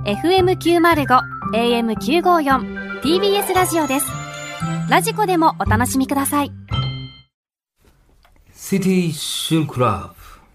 FM905 AM954 TBS ラジオです。ラジコでもお楽しみください。 シティシルクラブ。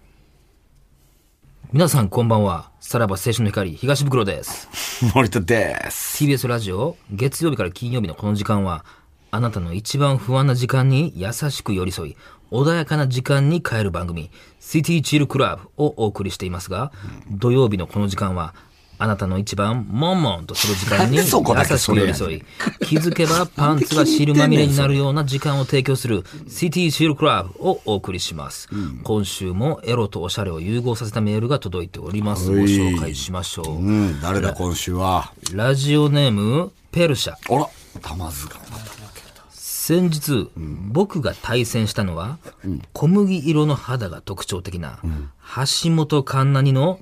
皆さんこんばんは。さらば青春の光東袋です。 森田です。 TBS ラジオ月曜日から金曜日のこの時間は、あなたの一番不安な時間に優しく寄り添い、穏やかな時間に変える番組シティチルクラブをお送りしていますが、土曜日のこの時間はあなたの一番悶々とする時間に優しく寄り添い、気づけばパンツが汁まみれになるような時間を提供するシティチルクラブをお送りします、今週もエロとおしゃれを融合させたメールが届いております。ご紹介しましょう、 誰だ今週は。 ラジオネームペルシャ。 あら、玉津がまた先日、僕が対戦したのは、小麦色の肌が特徴的な、橋本環奈にの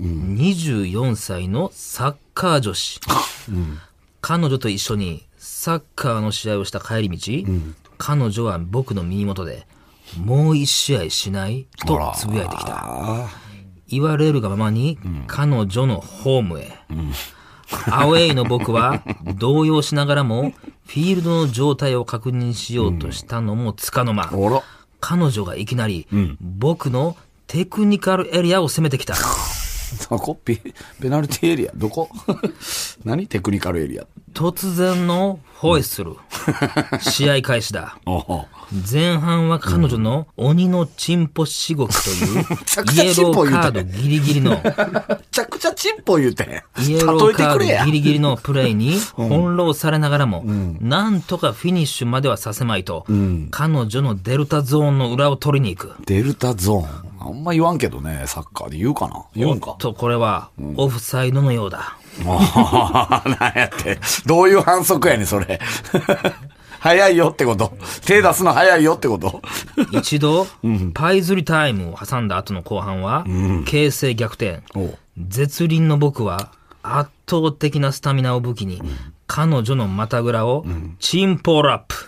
24歳のサッカー女子、彼女と一緒にサッカーの試合をした帰り道、彼女は僕の耳元でもう一試合しないとつぶやいてきた。言われるがままに彼女のホームへ、アウェイの僕は動揺しながらもフィールドの状態を確認しようとしたのもつかの間、彼女がいきなり僕のテクニカルエリアを攻めてきた。 どこ？ペナルティエリアどこ？何テクニカルエリア？ 突然のホイッスル、試合開始だ。前半は彼女の鬼のチンポしごきというイエローカードギリギリのめちゃくちゃチンポ言うてイエローカードギリギリのプレーに翻弄されながらも、なんとかフィニッシュまではさせまいと、彼女のデルタゾーンの裏を取りに行く。 デルタゾーンあんま言わんけどね、サッカーで言うかな。言うんか。 これはオフサイドのようだ。 なんやってどういう反則やねんそれ。早いよってこと。手出すの早いよってこと。 一度、パイズリタイムを挟んだ後の後半は、形勢逆転。絶倫の僕は圧倒的なスタミナを武器に、彼女の股ぐらをチンポラップ。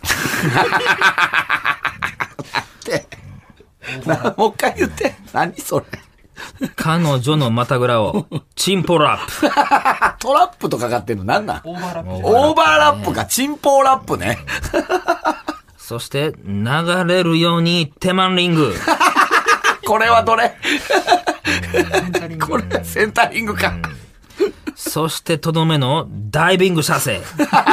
もう一回言って。何それ。 彼女の股ぐらをチンポラップ。 トラップとかかってんのなんなん？オーバーラップか、チンポーラップね。 そして流れるようにテマンリング。 これはどれ？これセンタリングか。 そしてとどめのダイビング射精。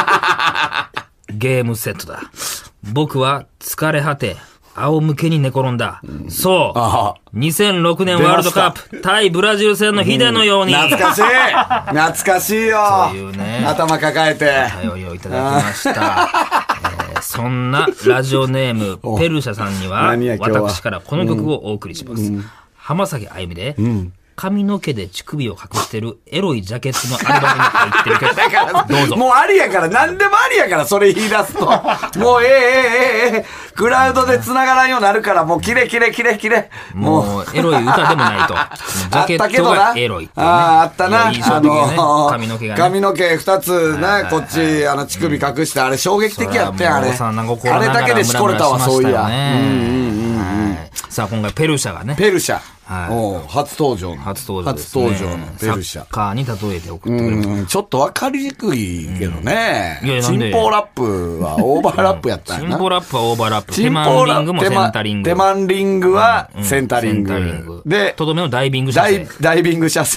ゲームセットだ。僕は疲れ果て仰向けに寝転んだ。そう。2006年ワールドカップ対ブラジル戦の日でのように。 懐かしい。懐かしいよ。 というね。 頭抱えて。 頼りをいただきました。そんなラジオネームペルシャさんには、私からこの曲をお送りします。浜崎あゆみで、髪の毛で乳首を隠してるエロいジャケットのアルバムに入ってる曲。 だからどうぞ。 もうありやから、何でもありやから、それ言い出すと。もうクラウドで繋がらんようになるから、もうキレ。 もうエロい歌でもないと。ジャケットがエロいっていうね。 あったな。 髪の毛がね。 髪の毛二つな、こっち、乳首隠して、あれ衝撃的やってん、あれ。あれだけでしこれたわ、そういや。 さあ、今回ペルシャがね。 ペルシャ。初登場のペルシャ。 サッカーに例えて送ってくれました。 ちょっと分かりにくいけどね。チンポーラップはオーバーラップやったんやな。 チンポーラップはオーバーラップ。テマンリングもセンタリング。 テマンリングはセンタリング。 で、とどめのダイビング射精。 ダイビング射精。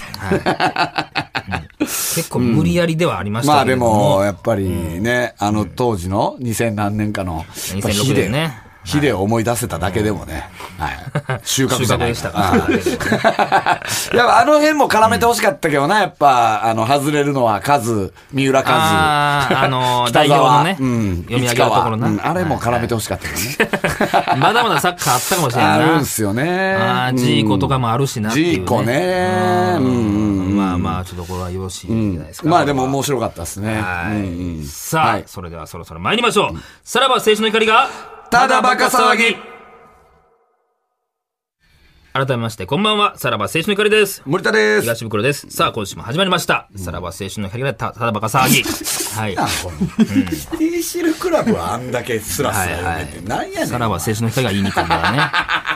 結構無理やりではありましたけども。まあでも、やっぱりね、当時の2000何年かの。 2006年ね。 日で思い出せただけでもね。はい。収穫でしたから。 いや、あの辺も絡めてほしかったけどな、やっぱ、外れるのは三浦和。 代表のね、読み上げるところな。 あれも絡めてほしかったけどね。まだまだサッカーあったかもしれないな。 あるんすよね。 ジーコとかもあるしなっていう。 ジーコね。 まあ、ちょっとこれはよろしいんじゃないですか。 まあでも面白かったですね。 さあ、それではそろそろ参りましょう。さらば青春の光が、 ただバカ騒ぎ。 改めましてこんばんは、さらば青春の光です。 森田です。 東袋です。さあ今週も始まりました、さらば青春の光がただバカ騒ぎ。はい。 シティシルクラブはあんだけスラスラ言うて、なんやねん。 さらば青春の光が言いにくいからね。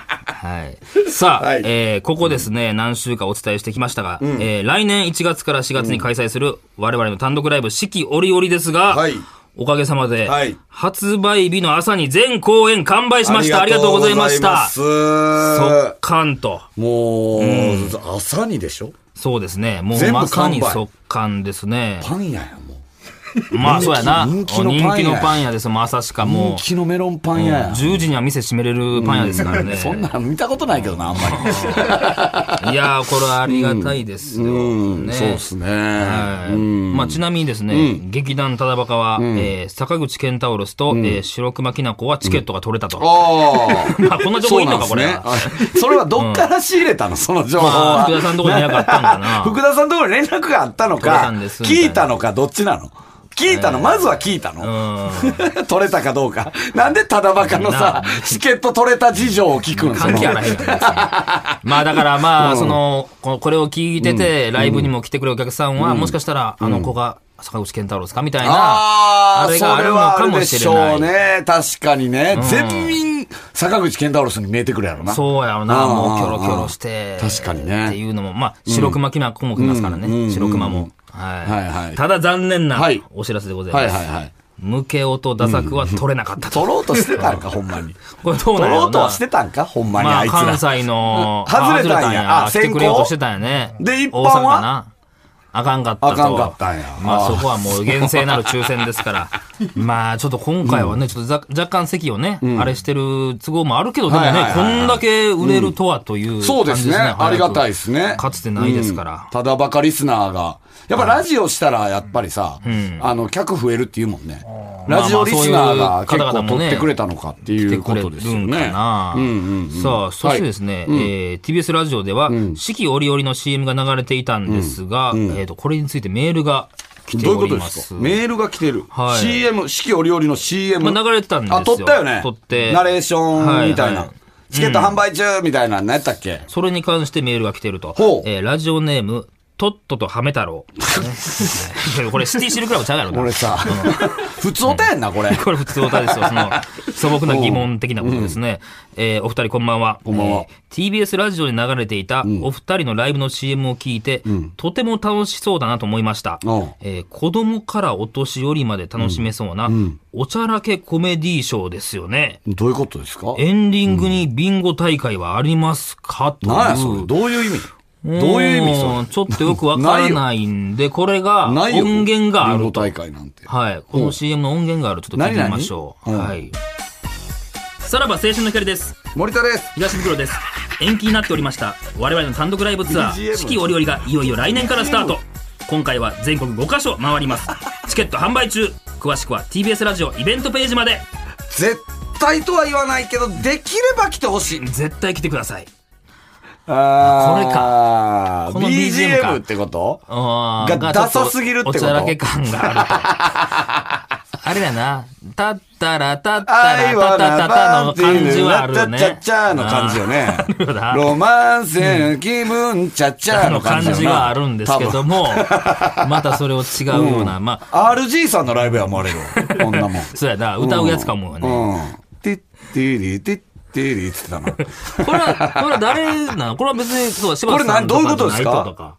はい。さあ、 はいここですね、何週かお伝えしてきましたが、来年1月から4月に開催する我々の単独ライブ四季折々ですが、 はいおかげさまで、 はい発売日の朝に全公演完売しました。ありがとうございました。速乾と。 もう、朝にでしょ。 そうですね。もうまさに速乾ですね。 パン屋やもう。 まあそうやな。 人気のパン屋です。もう朝しかもう。 人気のメロンパン屋や。 10時には店閉めれるパン屋ですからね。 そんなの見たことないけどな、あんまり。 いやー、これはありがたいですよ。ね、 そうですね。 はい。まあちなみにですね、劇団ただバカは、坂口健太郎と、白熊きなこはチケットが取れたと。まあこんな情報いいのか、これは。 それはどっから仕入れたの、その情報は。 福田さんのところに連絡あったんかな。 福田さんのところに連絡があったのか、聞いたのか、どっちなの？聞いたの、まずは聞いたの、取れたかどうか。なんでただバカのさ、チケット取れた事情を聞くんですか？ 関係あらへんからですね。まあだからまあ、これを聞いてて、ライブにも来てくれるお客さんは、もしかしたら、あの子が坂口健太郎ですかみたいな、あれがあるのかもしれない。 そうね。確かにね。全民、坂口健太郎さんに見えてくるやろな。 そうやろな。もうキョロキョロして。 確かにね。 っていうのも、まあ、白熊きなこも来ますからね。白熊も。はい。ただ残念なお知らせでございます。ムケオとダサクは取れなかったと。 取ろうとしてたんか、ほんまに。 これどうなんやろな。 取ろうとはしてたんか、ほんまにあいつら。 関西の、 外れたんや。 来てくれようとしてたんやね。 で、一般はあかんかったと。 あかんかったんや。 まあそこはもう厳正なる抽選ですから。まあちょっと今回はね、ちょっと若干席をね、あれしてる都合もあるけど、でもね、こんだけ売れるとはという感じですね。 そうですね。ありがたいですね。 かつてないですから。 ただバカリスナーが。やっぱラジオしたらやっぱりさ、客増えるっていうもんね。ラジオリスナーが結構取ってくれたのかっていうことですよね。さあ、そしてですね、TBS ラジオでは、四季折々の CM が流れていたんですが、これについてメールが来ております。どういうことですか？メールが来てる。CM、四季折々の CM。 流れてたんですよ。 あ、撮ったよね。撮って。ナレーションみたいな。チケット販売中みたいな何やったっけ？ それに関してメールが来てると。ラジオネーム、とっととはめ太郎。これシティシルクラブちゃうやろな。 俺さ、普通歌やんな、これ。 これ普通歌ですよ。素朴な疑問的なことですね。お二人こんばんは。 こんばんは。 TBS ラジオで流れていたお二人のライブの CM を聞いて、とても楽しそうだなと思いました。子供からお年寄りまで楽しめそうな、おちゃらけコメディーショーですよね。 どういうことですか？ エンディングにビンゴ大会はありますかという。 何やそれ？どういう意味？どういう意味それ？ ちょっとよくわからないんで、これが音源があると。 大会なんて。 はい。この CM の音源がある。ちょっと聞いてみましょう。はい。さらば青春の光です。 森田です。 東袋です。延期になっておりました我々の単独ライブツアー四季折々がいよいよ来年からスタート。今回は全国5カ所回ります。チケット販売中。詳しくは TBS ラジオイベントページまで。 絶対とは言わないけど、できれば来てほしい。 絶対来てください。 これか。この BGM か。ってことがダサすぎるってこと。 おちゃらけ感があると。あれだな。たったらたったらたたたたの感じはあるね。 チャッチャーの感じよね。ロマンス気分チャッチャーの感じはあるんですけども、またそれを違うような。まあ、RG さんのライブや思われる。こんなもん。 そうやな。歌うやつかもよね。 てってりてってりって言ってたな。 これは誰なの？これは別に、そう、柴田さんとかじゃないとか。これどういうことですか？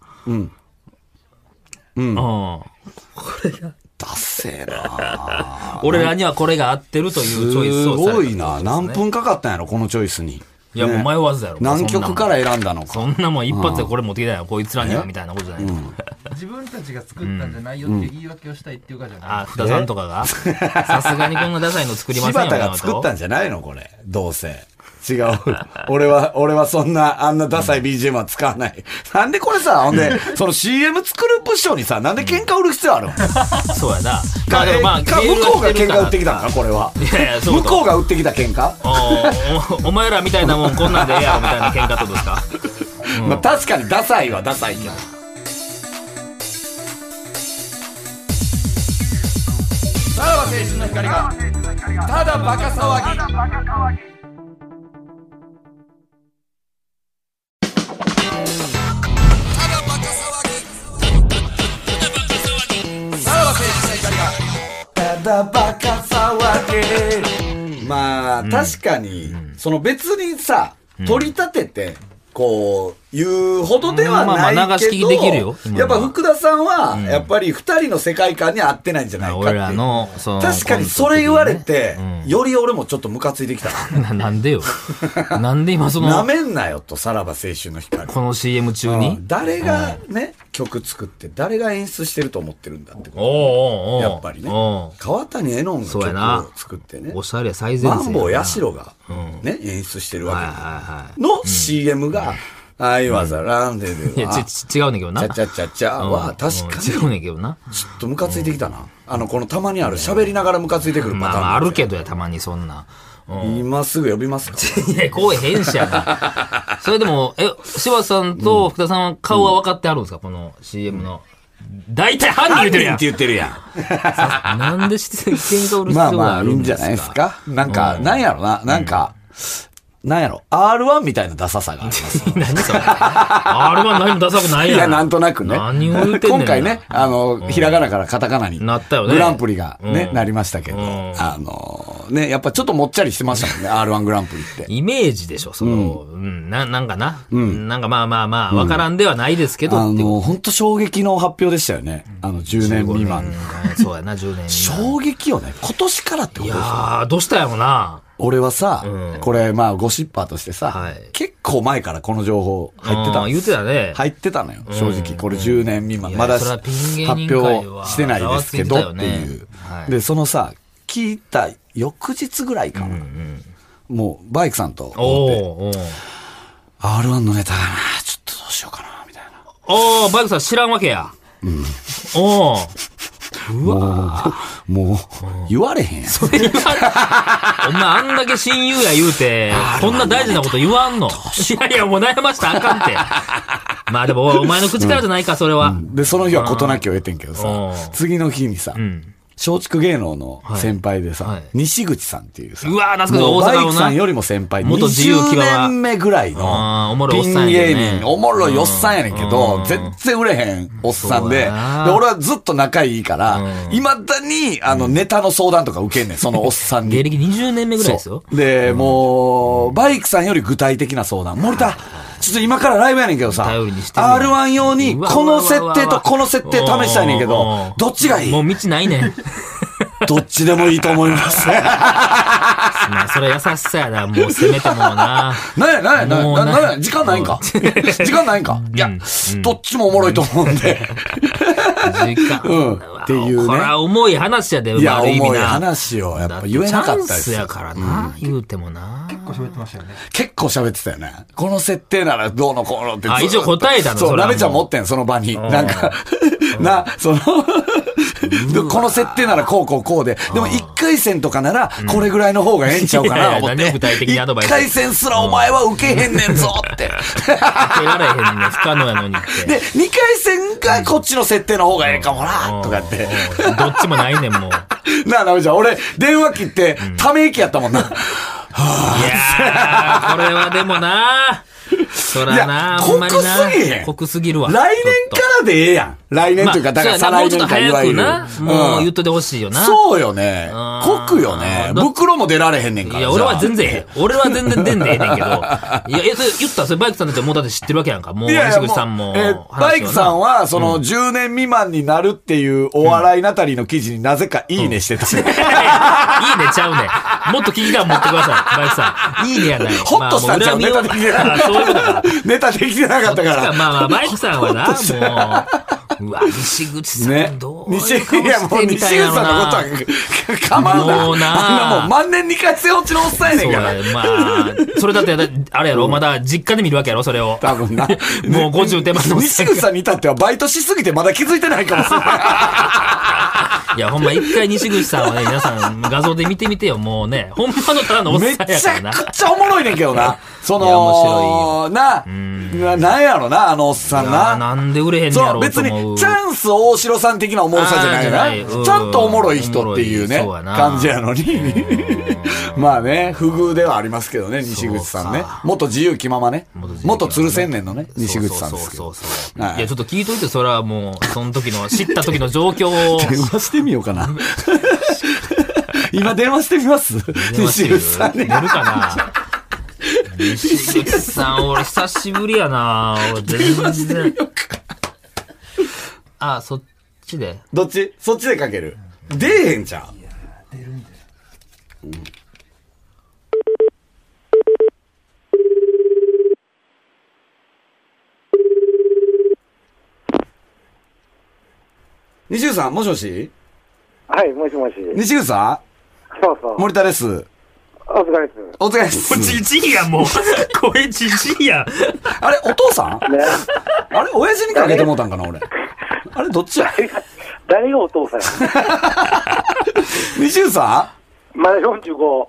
これが。 ダッセーな。 俺らにはこれが合ってるというチョイスをされた、 すごいな。何分かかったんやろ、このチョイスに。 いや、もう迷わずやろ。 何曲から選んだのか。 そんなもん一発でこれ持ってきたよ。こいつらにはみたいなことじゃない。 自分たちが作ったんじゃないよっていう言い訳をしたいっていうかじゃない。 あ、福田さんとかがさすがにこんなダサいの作りませんよ。 柴田が作ったんじゃないのこれ。どうせ。違う。俺はそんな、あんなダサい BGM は使わない。なんでこれさ、ほんで、その CM 作る部署にさ、なんで喧嘩売る必要あるの？ そうやな。 向こうが喧嘩売ってきたのかこれは。いやいや、そう向こうが売ってきた喧嘩？ お前らみたいなもんこんなんでええやろみたいな喧嘩ってことですか？ まあ確かにダサいはダサいけど。さらば青春の光が、ただバカ騒ぎ。バカ騒ぎ。まあ、確かに、その別にさ、 取り立てて、こう、言うほどではないけど、 流し聞きできるよ。 やっぱ福田さんは、やっぱり二人の世界観に合ってないんじゃないかっていう。 俺らの、 確かにそれ言われて、より俺もちょっとムカついてきた。 なんでよ。なんで今なめんなよと、さらば青春の光。 この CM 中に誰がね、曲作って、誰が演出してると思ってるんだってこと。 おうやっぱりね。川谷絵音が曲を作ってね。 おしゃれ最前線。 マンボウヤシロが、ね、演出してるわけの CM が、I was a rendezvous。 いや、違うねんけどな。 ちゃちゃちゃちゃは、確かに。 違うねんけどな。 ちょっとムカついてきたな。このたまにある喋りながらムカついてくるパターン。 まあ、あるけどや、たまにそんな。 今すぐ呼びますか？ いや、こうへんしやな。それでも、柴田さんと福田さんは顔は分かってあるんですか、この CM の。大体犯人言ってるやん。 って言ってるやん。なんで喧嘩売る必要があるんですか？ いいんじゃないですか。なんか、なんやろな。なんやろ ?R1 みたいなダサさがあります。 何それ ?R1 何もダサくないやん。 いや、なんとなくね。 何を言ってんねん。 今回ね、ひらがなからカタカナに。 なったよね。 グランプリがね、なりましたけど。ね、やっぱちょっともっちゃりしてましたもんね、R1 グランプリって。 イメージでしょ、なんかな。なんかまあ、わからんではないですけど。 ほんと衝撃の発表でしたよね。10年未満。 そうやな、10年未満。衝撃よね。今年からってことでしょ。いやー、どうしたやろな。 俺はさ、これまあゴシッパーとしてさ、結構前からこの情報入ってた。 言ってたね。 入ってたのよ、正直。これ10年未満。まだ発表してないですけどっていう。で、そのさ、聞いた翌日ぐらいかな。もうバイクさんと思って、R1 のネタがな、ちょっとどうしようかな、みたいな。 バイクさん知らんわけや。 うわもう、言われへんやん。 それ言わん。お前あんだけ親友や言うて、こんな大事なこと言わんの。いや、もう悩ましたらあかんって。まあでも、お前の口からじゃないか、それは。 で、その日は事なきを得てんけどさ、次の日にさ、松竹芸能の先輩でさ、西口さんっていうさ、 うわー、懐かしい、大阪のバイクさんよりも先輩、 元自由気まま 20年目ぐらいの、ピン芸人、おもろいおっさんやねんけど、全然売れへんおっさんで、俺はずっと仲いいから、未だに、ネタの相談とか受けんねん、そのおっさんに。 芸歴20年目ぐらいですよ。 で、もう、バイクさんより具体的な相談。森田、ちょっと今からライブやねんけどさ、R1 用にこの設定とこの設定試したいねんけど、どっちがいい？ もう道ないねん。 どっちでもいいと思います。 まあ、それ優しさやな、もうせめてもうな。 なんや、時間ないんか時間ないんかいや、どっちもおもろいと思うんで。 時間。 っていうね。 これは重い話やで、 いや、重い話をやっぱ言えなかったですよ。 チャンスやからな、言うてもな。 結構喋ってましたよね。 結構喋ってたよね。この設定ならどうのこうのって。 あ、一応答えたの。 そう、なべちゃん持ってん、その場に。なんか、この設定ならこうで、でも1回戦とかならこれぐらいの方がええんちゃうかな思って。1回戦すらお前は受けへんねんぞって。 受けられへんねん、不可能やのにって。 で、2回戦がこっちの設定の方がええかもな、とかって。 どっちもないねん、もう。 なあ、じゃあ俺、電話切って、ため息やったもんな。いやー、これはでもなそらな、ほんまにな。濃すぎるわ。 来年からでええやん。来年というか、だから再来年かいわゆる。 もう言っといてほしいよな。 そうよね。濃くよね。袋も出られへんねんから。 いや、俺は全然出んでええねんけど。いや、言ったら、それバイクさんだってもうだって知ってるわけやんか。もう、西口さんも。 バイクさんは、その、10年未満になるっていうお笑いナタリーの記事になぜかいいねしてた。いいねちゃうね。もっと危機感持ってください、バイクさん。いいねやない。 ホッとしたんちゃう、ネタできてなかった。そういうことか。ネタできてなかったから。 まあ、バイクさんはな、もう、うわ、西口さん、どういう顔してみたいなのな。西口さんのことは構うな。もうな。もう万年2回背落ちのおっさんやねんから。 まあ、それだって、あれやろ、まだ実家で見るわけやろ、それを。 多分な。 もう50手前の。 西口さんに至ってはバイトしすぎてまだ気づいてないかもしれない。 いや、ほんま一回西口さんはね、皆さん画像で見てみてよ、もうね、ほんまのただのおっさんやからな。 めちゃくちゃおもろいねんけどな。その、 面白いよ。なんやろな、あのおっさんな。 なんで売れへんのやろうと思う。 別に、チャンス大城さん的なおもろさじゃないな。ちゃんとおもろい人っていうね、感じやのに。まあね、不遇ではありますけどね、西口さんね。元自由気ままね。元鶴仙年のね、西口さんですけど。 いや、ちょっと聞いといて、それはもう、その時の、知った時の状況を。 電話してみようかな。今電話してみます西口さんに。 出るかな西口さん、俺久しぶりやな。俺全然。あ、そっちで。 どっち？そっちでかける。出えへんじゃん。いや、出るんです。西口さん、もしもし？ はい、もしもし。 西口さん？ そうそう。 森田です。 お疲れです。 お疲れです。 じじいやん、もう。声じじいやん。 あれ、お父さん？ ね、 あれ、親父にかけてもうたんかな、俺。あれ、どっちや？ 誰がお父さんや？ 西口さん？まだ45。 明る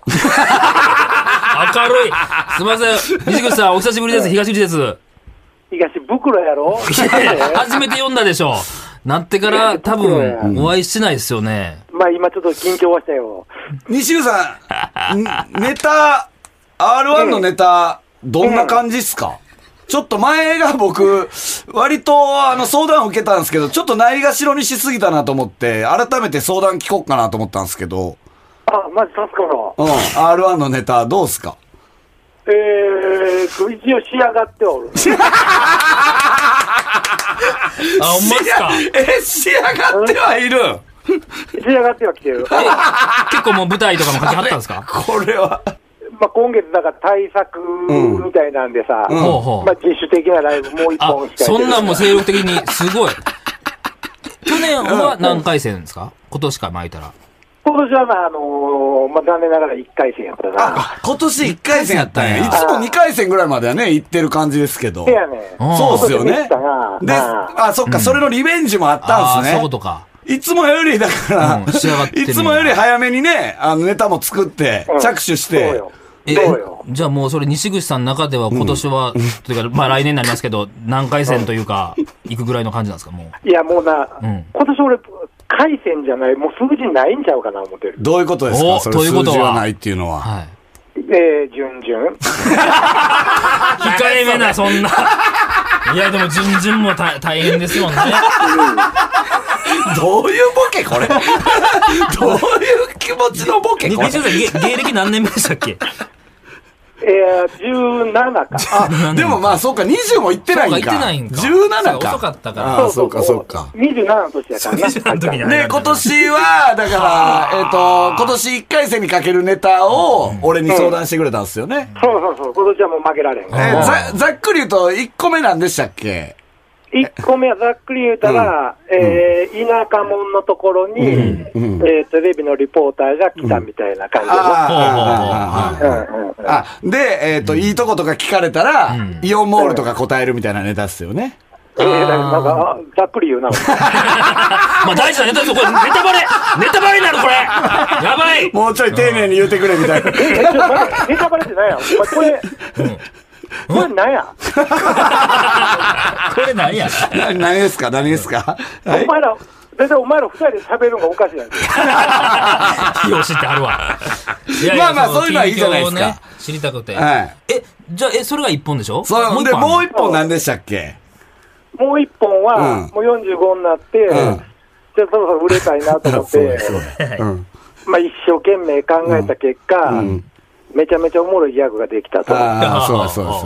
い。すいません。西口さん、お久しぶりです。東口です。 東袋やろ？ 初めて読んだでしょ。なってから多分お会いしてないですよね。 まあ今ちょっと緊張はしたよ。 西口さん、ネタ、R1 のネタ、どんな感じっすか？ちょっと前が僕、割と相談を受けたんですけど、ちょっとないがしろにしすぎたなと思って、改めて相談聞こうかなと思ったんですけど。 あ、マジ助かるうん、 わ。 R1 のネタどうっすか？ 一応仕上がっておる。 あ、ほんまっすか？ 仕上がってはいる。 仕上がっては来てる。 結構もう舞台とかも書きはったんですか？ これは。 まあ今月だから対策みたいなんでさ、まあ自主的なライブもう一本しか。 そんなんも精力的に、すごい。去年は何回戦ですか？今年か巻いたら。 今年はまあまあ残念ながら1回戦やったな。 あ、今年1回戦やったんや。いつも2回戦ぐらいまではね、行ってる感じですけど。 そうやね。 そうっすよね。で、あ、そっか、それのリベンジもあったんすね。 そういうことか。 いつもより、だから、 仕上がってる。 いつもより早めにね、ネタも作って、着手して。 そうよ。 じゃあもうそれ西口さんの中では今年は、というか、まあ来年になりますけど、何回戦というか、行くぐらいの感じなんですか、もう。 いや、もうな、今年俺、回戦じゃない、もう数字ないんちゃうかな思ってる。 どういうことですか？それ数字はないっていうのは。はい。 順々。 控えめな、そんな。いや、でも順々も大変ですもんね。 どういうボケこれ？どういう気持ちのボケこれ？ 西口さん、芸歴何年目でしたっけ ？17か。 あ、でもまあそうか、20も行ってないんか。 行ってないんか。 17か。 遅かったから。 あ、そうかそうか。 27の年やからな。 27の時にで、今年は、だから、今年1回戦にかけるネタを、俺に相談してくれたんですよね。 そう。今年はもう負けられん。 ざっくり言うと、1個目なんでしたっけ ？1個目はざっくり言うたら、田舎者のところに、テレビのリポーターが来たみたいな感じで。で、いいとことか聞かれたら、イオンモールとか答えるみたいなネタっすよね。 なんか、ざっくり言うな。 まあ大事なネタですよ。これ、ネタバレになる、これ。やばい。 もうちょい丁寧に言うてくれみたいな。 ネタバレって何や？これ何や？ これ何や？ 何ですか？ お前ら、全然お前ら二人で喋るのがおかしいやん。 よしってあるわ。 まあまあ、そういうのはいいじゃないですか。 知りたくて。 はい。 じゃあ、それが一本でしょ？ そう、で、もう一本何でしたっけ？ もう一本は、もう45になって、じゃあそろそろ売れたいなと思って、まあ一生懸命考えた結果、めちゃめちゃおもろいギャグができたと。 ああ、そう。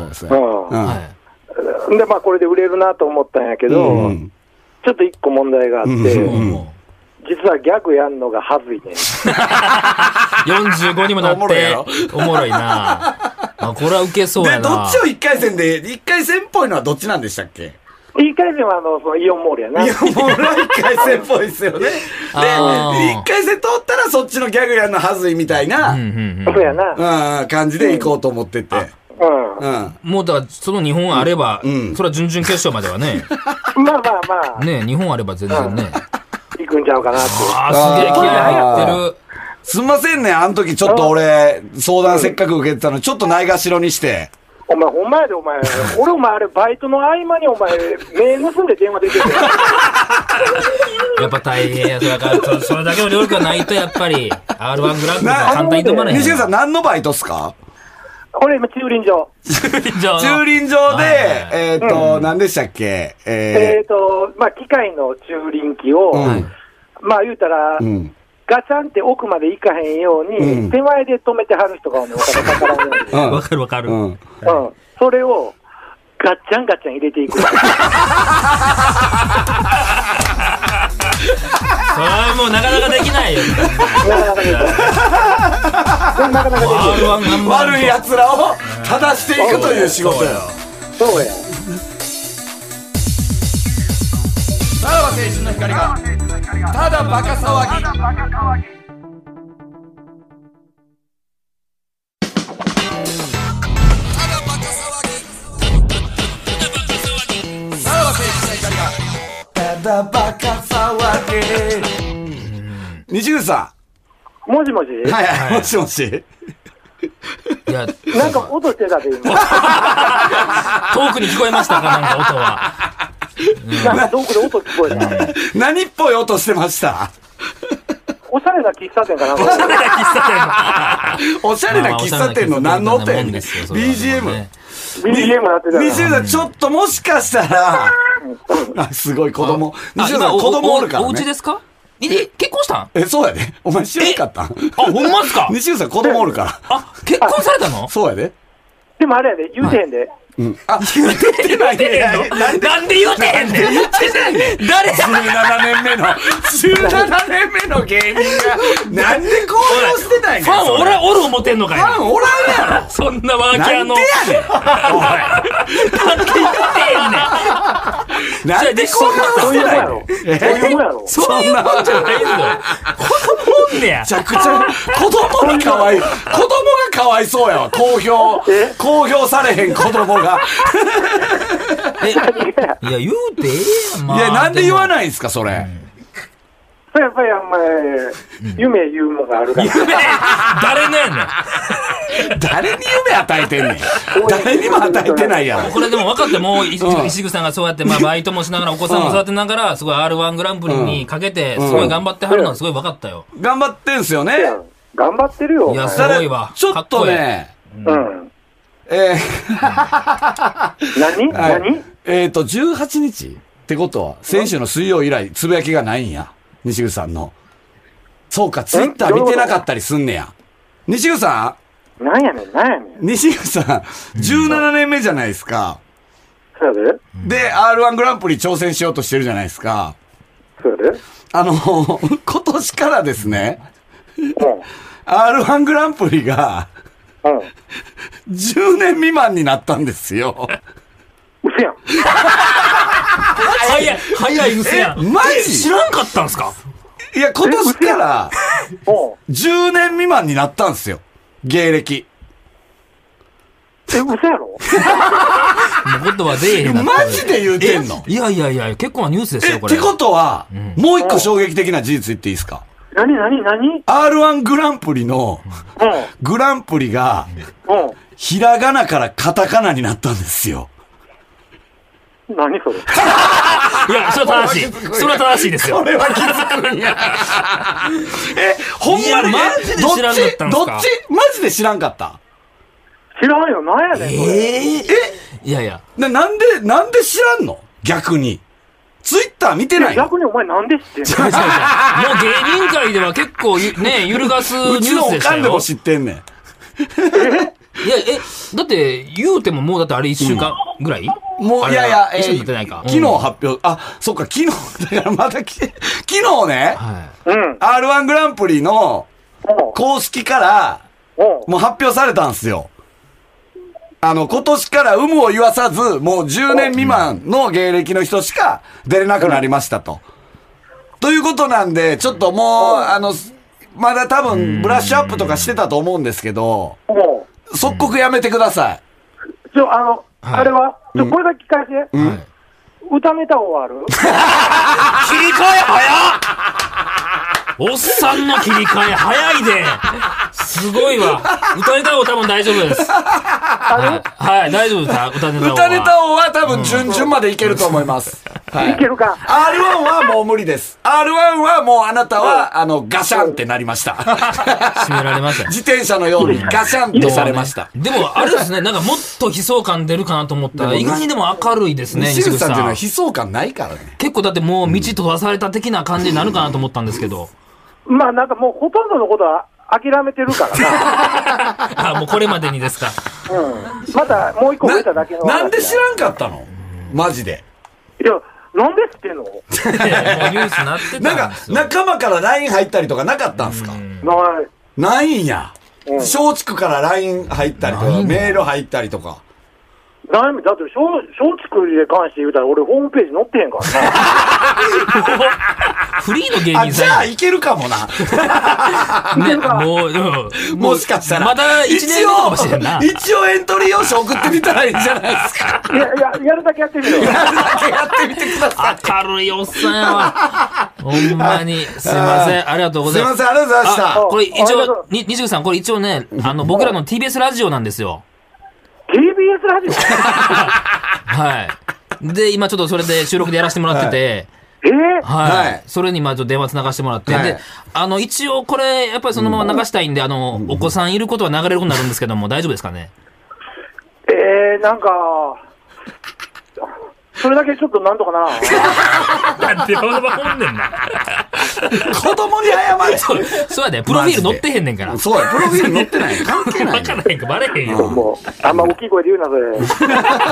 で、まあこれで売れるなと思ったんやけど、ちょっと一個問題があって、実はギャグやんのがはずいね。 45にもなって、おもろいな。これはウケそうやな。 で、どっちを1回戦で、1回戦っぽいのはどっちなんでしたっけ ?1 回戦はそのイオンモールやな。 イオンモールは1回戦っぽいですよね。で、1回戦通ったらそっちのギャグやんのはずいみたいな、 そうやな。 感じで行こうと思ってて。 もうだから、その2本あれば、それは準々決勝まではね。 まあ。 ね、2本あれば全然ね。 行くんちゃうかなって。 ああ、すげえ気合入ってる。 すんませんね、あの時ちょっと俺、相談せっかく受けてたのに、ちょっとないがしろにして。 お前、ほんまやで、お前。俺、お前、あれ、バイトの合間に、お前、目盗んで電話出てる。 やっぱ大変や。それだけの能力がないと、やっぱり、R1 グランプリが簡単に止まらない。 西口さん、何のバイトっすか？ 俺、今、駐輪場。 駐輪場で、何でしたっけ？ まあ、機械の駐輪機を、まあ、言うたら、 ガチャンって奥まで行かへんように、手前で止めてはる人がお金かからんように。 わかるわかる。 それを、ガッチャンガッチャン入れていく。それはもうなかなかできないよ。 なかなかできない。 悪い奴らを正していくという仕事よ。 そうや。 さらば青春の光が、ただバカ騒ぎ。ただバカ騒ぎ。西口さん。もしもし。 はいはい、もしもし。 いや、 なんか音してたで、今。 遠くに聞こえましたか、なんか音は。 なんか遠くで音聞こえた。 何っぽい音してました？ おしゃれな喫茶店かな。 おしゃれな喫茶店の。 おしゃれな喫茶店の何の音やねん。BGM。 BGM なってた。 西浦さん、ちょっともしかしたら、すごい子供。西浦さん、子供おるからね。 お家ですか？結婚したん？ そうやで。お前知らんかったん？ ほんまっすか？ 西浦さん、子供おるから。 あ、結婚されたの？ そうやで。 でもあれやで、言うてへんで。 あ、言うてないね。 なんで言うてへんねん。 言ってないね。 誰 ？17年目の芸人が、なんで公表してないねん。 ファンおる思てんのかよ。 ファンおらんやろ。 そんなワーキャーの。 なんでやねん。 なんで言うてへんねん。 なんで公表してないの？ そういうもんやろ。 そんなもんじゃないんだよ。子供おんねや。 めちゃくちゃ、子供がかわいい。子供がかわいそうやわ。公表されへん子供が。 いや、言うてええやん、まあ。 いや、なんで言わないんすか、それ。 それやっぱり夢言うのがあるから。 誰のやねん。 誰に夢与えてんねん。誰にも与えてないやろ。 これでも分かって、もう石口さんがそうやって、まあバイトもしながらお子さんも育てながら、すごい R1 グランプリにかけて、すごい頑張ってはるのはすごい分かったよ。 頑張ってんすよね。 頑張ってるよ。 いや、すごいわ。 ちょっとね、 何 18日ってことは、先週の水曜以来、つぶやきがないんや。西口さんの。そうか、ツイッター見てなかったりすんねや。西口さんなんやねん。 西口さん、17年目じゃないですか。 そうやで。で、R1 グランプリ挑戦しようとしてるじゃないですか。 そうやで。 今年からですね、R1 グランプリが、10年未満になったんですよ。 うせやん。 早いうせやん。 マジ？ 知らんかったんすか？ いや、今年から10年未満になったんですよ。芸歴。 うせやろ？もう言葉出えへんな。 マジで言うてんの？ いや、結構なニュースですよ、これ。 ってことは、もう一個衝撃的な事実言っていいですか？ 何 ?R1 グランプリの、グランプリが、ひらがなからカタカナになったんですよ。 何それ？ いや、それは正しい。それは正しいですよ。 これは気づくんや。ほんまにマジで知らんかったんですか？ どっちマジで知らんかった？ 知らんよ、なんやねん。 いや。 なんで知らんの？逆に。ツイッター見てないの？ 逆にお前なんで知ってんの？ もう芸人界では結構ね、揺るがすニュースでしたよ。 うちのおかんでも知ってんねん。 いや、だって言うてももうだってあれ1週間ぐらい？ もう、いや、 一緒になってないか。 昨日発表、そっか、昨日、だからまた昨日ね、R1 グランプリの公式から、もう発表されたんですよ。今年から有無を言わさず、もう10年未満の芸歴の人しか出れなくなりましたと。ということなんで、ちょっともう、まだ多分ブラッシュアップとかしてたと思うんですけど、即刻やめてください。 あれはこれだけ聞かせて。歌ネタ終わる？ 切り替え早っ！おっさんの切り替え早いで。すごいわ。歌ネタ王多分大丈夫です。はい、大丈夫です。歌ネタ王は。 歌ネタ王は多分順々までいけると思います。 いけるか。 R1 はもう無理です。R1 はもうあなたは、ガシャンってなりました。 締められました。 自転車のようにガシャンってされました。 でも、あれですね、なんかもっと悲壮感出るかなと思ったら、意外にでも明るいですね、 西口さんっていうのは悲壮感ないからね。 結構だってもう道閉ざされた的な感じになるかなと思ったんですけど。 まあなんかもうほとんどのことは諦めてるからな。 もうこれまでにですか。 またもう一個増えただけの。 なんで知らんかったのマジで。 いや、なんで知ってんの？ もうニュースなってたんですよ。 なんか仲間から LINE 入ったりとかなかったんですか？ないんや。松竹から LINE 入ったりとか、メール入ったりとか。 だって松竹に関して言うたら俺ホームページ載ってへんからな。 フリーの芸人さん。 じゃあいけるかもな。 ね、 もしかしたら。 まだ1年目かもしれんな。 一応エントリー用紙送ってみたらいいんじゃないですか。 いや、やるだけやってみるよ。 やるだけやってみてください。 明るいおっさんやわ。ほんまに。すいません。ありがとうございます。 すいません、ありがとうございました。 これ一応、西口さん、これ一応ね、僕らの TBS ラジオなんですよ。 TBS ラジオはい。で、今ちょっとそれで収録でやらせてもらってて、はい。それにちょっと電話つながしてもらって、で、一応これ、やっぱりそのまま流したいんで、お子さんいることは流れることになるんですけども、大丈夫ですかね？ なんか、それだけちょっとなんとかならん。 なんでこの場本ねんな。 子供に謝れ。 そうやで、プロフィール載ってへんねんから。 そうや、プロフィール載ってない。関係ない。 わからへんか、バレへんよ。 もう、あんま大きい声で言うな、それ。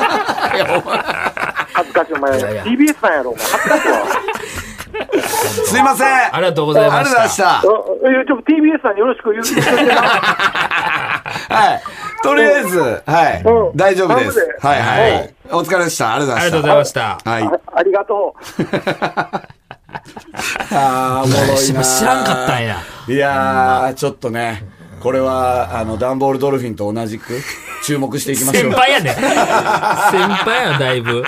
恥ずかしい、お前。TBS さんやろ、お前。恥ずかしいわ。 すいません。 ありがとうございました。 ありがとうございました。 ちょっと TBS さんによろしく言ってください。 はい。とりあえず、はい。大丈夫です。はいはい。お疲れでした。ありがとうございました。 ありがとうございました。 はい。ありがとう。 おもろいな。 知らんかったんや。 いやー、ちょっとね、これは、ダンボールドルフィンと同じく注目していきましょう。 先輩やね。先輩や、だいぶ。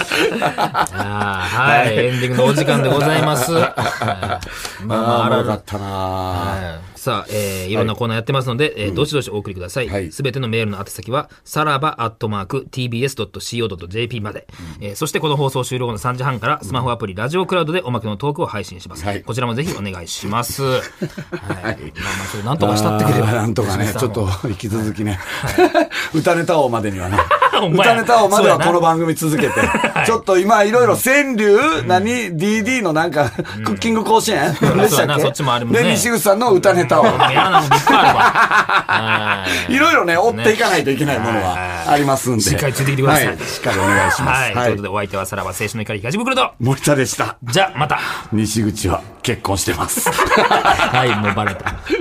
はい、エンディングのお時間でございます。 まあ、悪かったな。 さあ、いろんなコーナーやってますので、どしどしお送りください。すべてのメールの宛先は、さらば@tbs.co.jp まで。そしてこの放送終了後の3時半から、スマホアプリラジオクラウドでおまけのトークを配信します。こちらもぜひお願いします。なんとかしたってくれば。 なんとかね、ちょっと引き続きね。歌ネタ王までにはね。歌ネタ王まではこの番組続けて。ちょっと今いろいろ川柳、DD のなんか、クッキング甲子園でしたっけ？ そっちもあるもんね。 で、西口さんの歌ネタを。いろいろね、追っていかないといけないものはありますんで。 しっかりついてきてください。 しっかりお願いします。 ということで、お相手はさらば青春の怒り東袋と森田でした。 じゃあ、また。 西口は結婚してます。 はい、もうバレた。